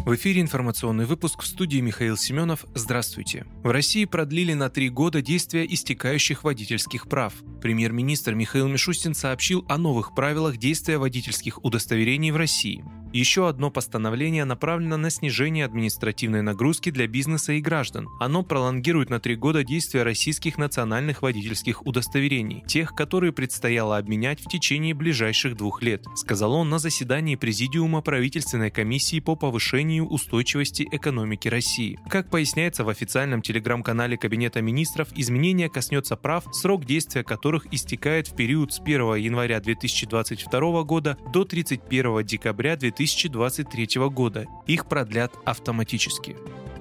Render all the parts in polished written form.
В эфире информационный выпуск, в студии Михаил Семенов. Здравствуйте. В России продлили на 3 года действия истекающих водительских прав. Премьер-министр Михаил Мишустин сообщил о новых правилах действия водительских удостоверений в России. Еще одно постановление направлено на снижение административной нагрузки для бизнеса и граждан. Оно пролонгирует на 3 года действия российских национальных водительских удостоверений, тех, которые предстояло обменять в течение ближайших 2 лет, сказал он на заседании Президиума правительственной комиссии по повышению устойчивости экономики России. Как поясняется в официальном телеграм-канале Кабинета министров, изменение коснется прав, срок действия которых истекает в период с 1 января 2022 года до 31 декабря 2023 года. Их продлят автоматически.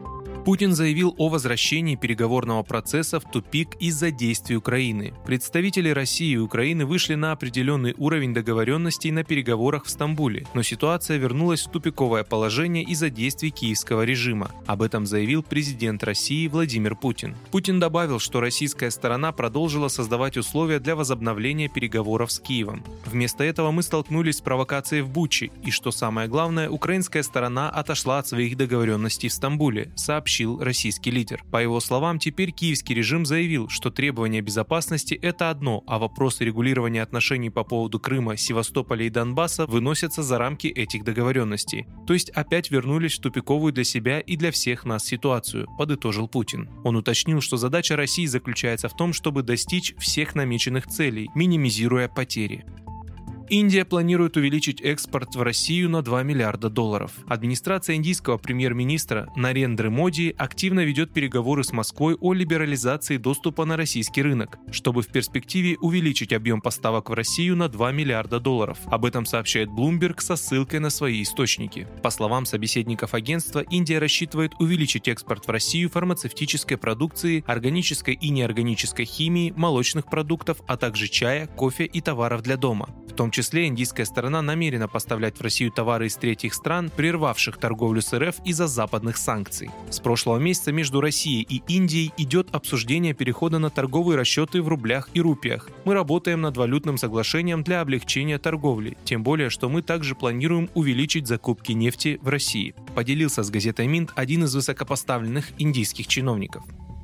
Путин заявил о возвращении переговорного процесса в тупик из-за действий Украины. Представители России и Украины вышли на определенный уровень договоренностей на переговорах в Стамбуле, но ситуация вернулась в тупиковое положение из-за действий киевского режима. Об этом заявил президент России Владимир Путин. Путин добавил, что российская сторона продолжила создавать условия для возобновления переговоров с Киевом. Вместо этого мы столкнулись с провокацией в Буче, и, что самое главное, украинская сторона отошла от своих договоренностей в Стамбуле, сообщил российский лидер. По его словам, теперь киевский режим заявил, что требования безопасности – это одно, а вопросы регулирования отношений по поводу Крыма, Севастополя и Донбасса выносятся за рамки этих договоренностей. То есть опять вернулись в тупиковую для себя и для всех нас ситуацию, подытожил Путин. Он уточнил, что задача России заключается в том, чтобы достичь всех намеченных целей, минимизируя потери. Индия планирует увеличить экспорт в Россию на $2 миллиарда. Администрация индийского премьер-министра Нарендры Моди активно ведет переговоры с Москвой о либерализации доступа на российский рынок, чтобы в перспективе увеличить объем поставок в Россию на $2 миллиарда. Об этом сообщает Bloomberg со ссылкой на свои источники. По словам собеседников агентства, Индия рассчитывает увеличить экспорт в Россию фармацевтической продукции, органической и неорганической химии, молочных продуктов, а также чая, кофе и товаров для дома. В том числе индийская сторона намерена поставлять в Россию товары из третьих стран, прервавших торговлю с РФ из-за западных санкций. С прошлого месяца между Россией и Индией идет обсуждение перехода на торговые расчеты в рублях и рупиях. Мы работаем над валютным соглашением для облегчения торговли, тем более, что мы также планируем увеличить закупки нефти в России, поделился с газетой Минт один из высокопоставленных индийских чиновников.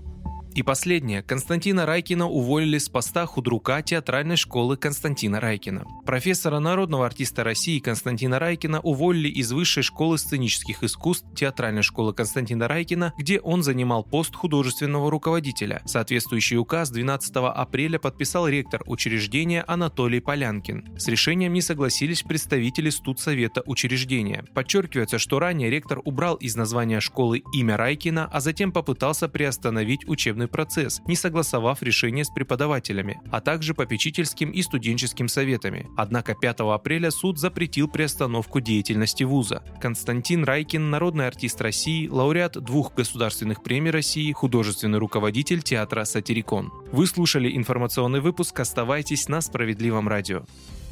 И последнее. Константина Райкина уволили с поста худрука театральной школы Константина Райкина. Профессора, народного артиста России Константина Райкина уволили из Высшей школы сценических искусств театральной школы Константина Райкина, где он занимал пост художественного руководителя. Соответствующий указ 12 апреля подписал ректор учреждения Анатолий Полянкин. С решением не согласились представители студсовета учреждения. Подчеркивается, что ранее ректор убрал из названия школы имя Райкина, а затем попытался приостановить учебный процесс, не согласовав решение с преподавателями, а также попечительским и студенческим советами. Однако 5 апреля суд запретил приостановку деятельности вуза. Константин Райкин – народный артист России, лауреат 2 государственных премий России, художественный руководитель театра «Сатирикон». Вы слушали информационный выпуск. Оставайтесь на Справедливом радио.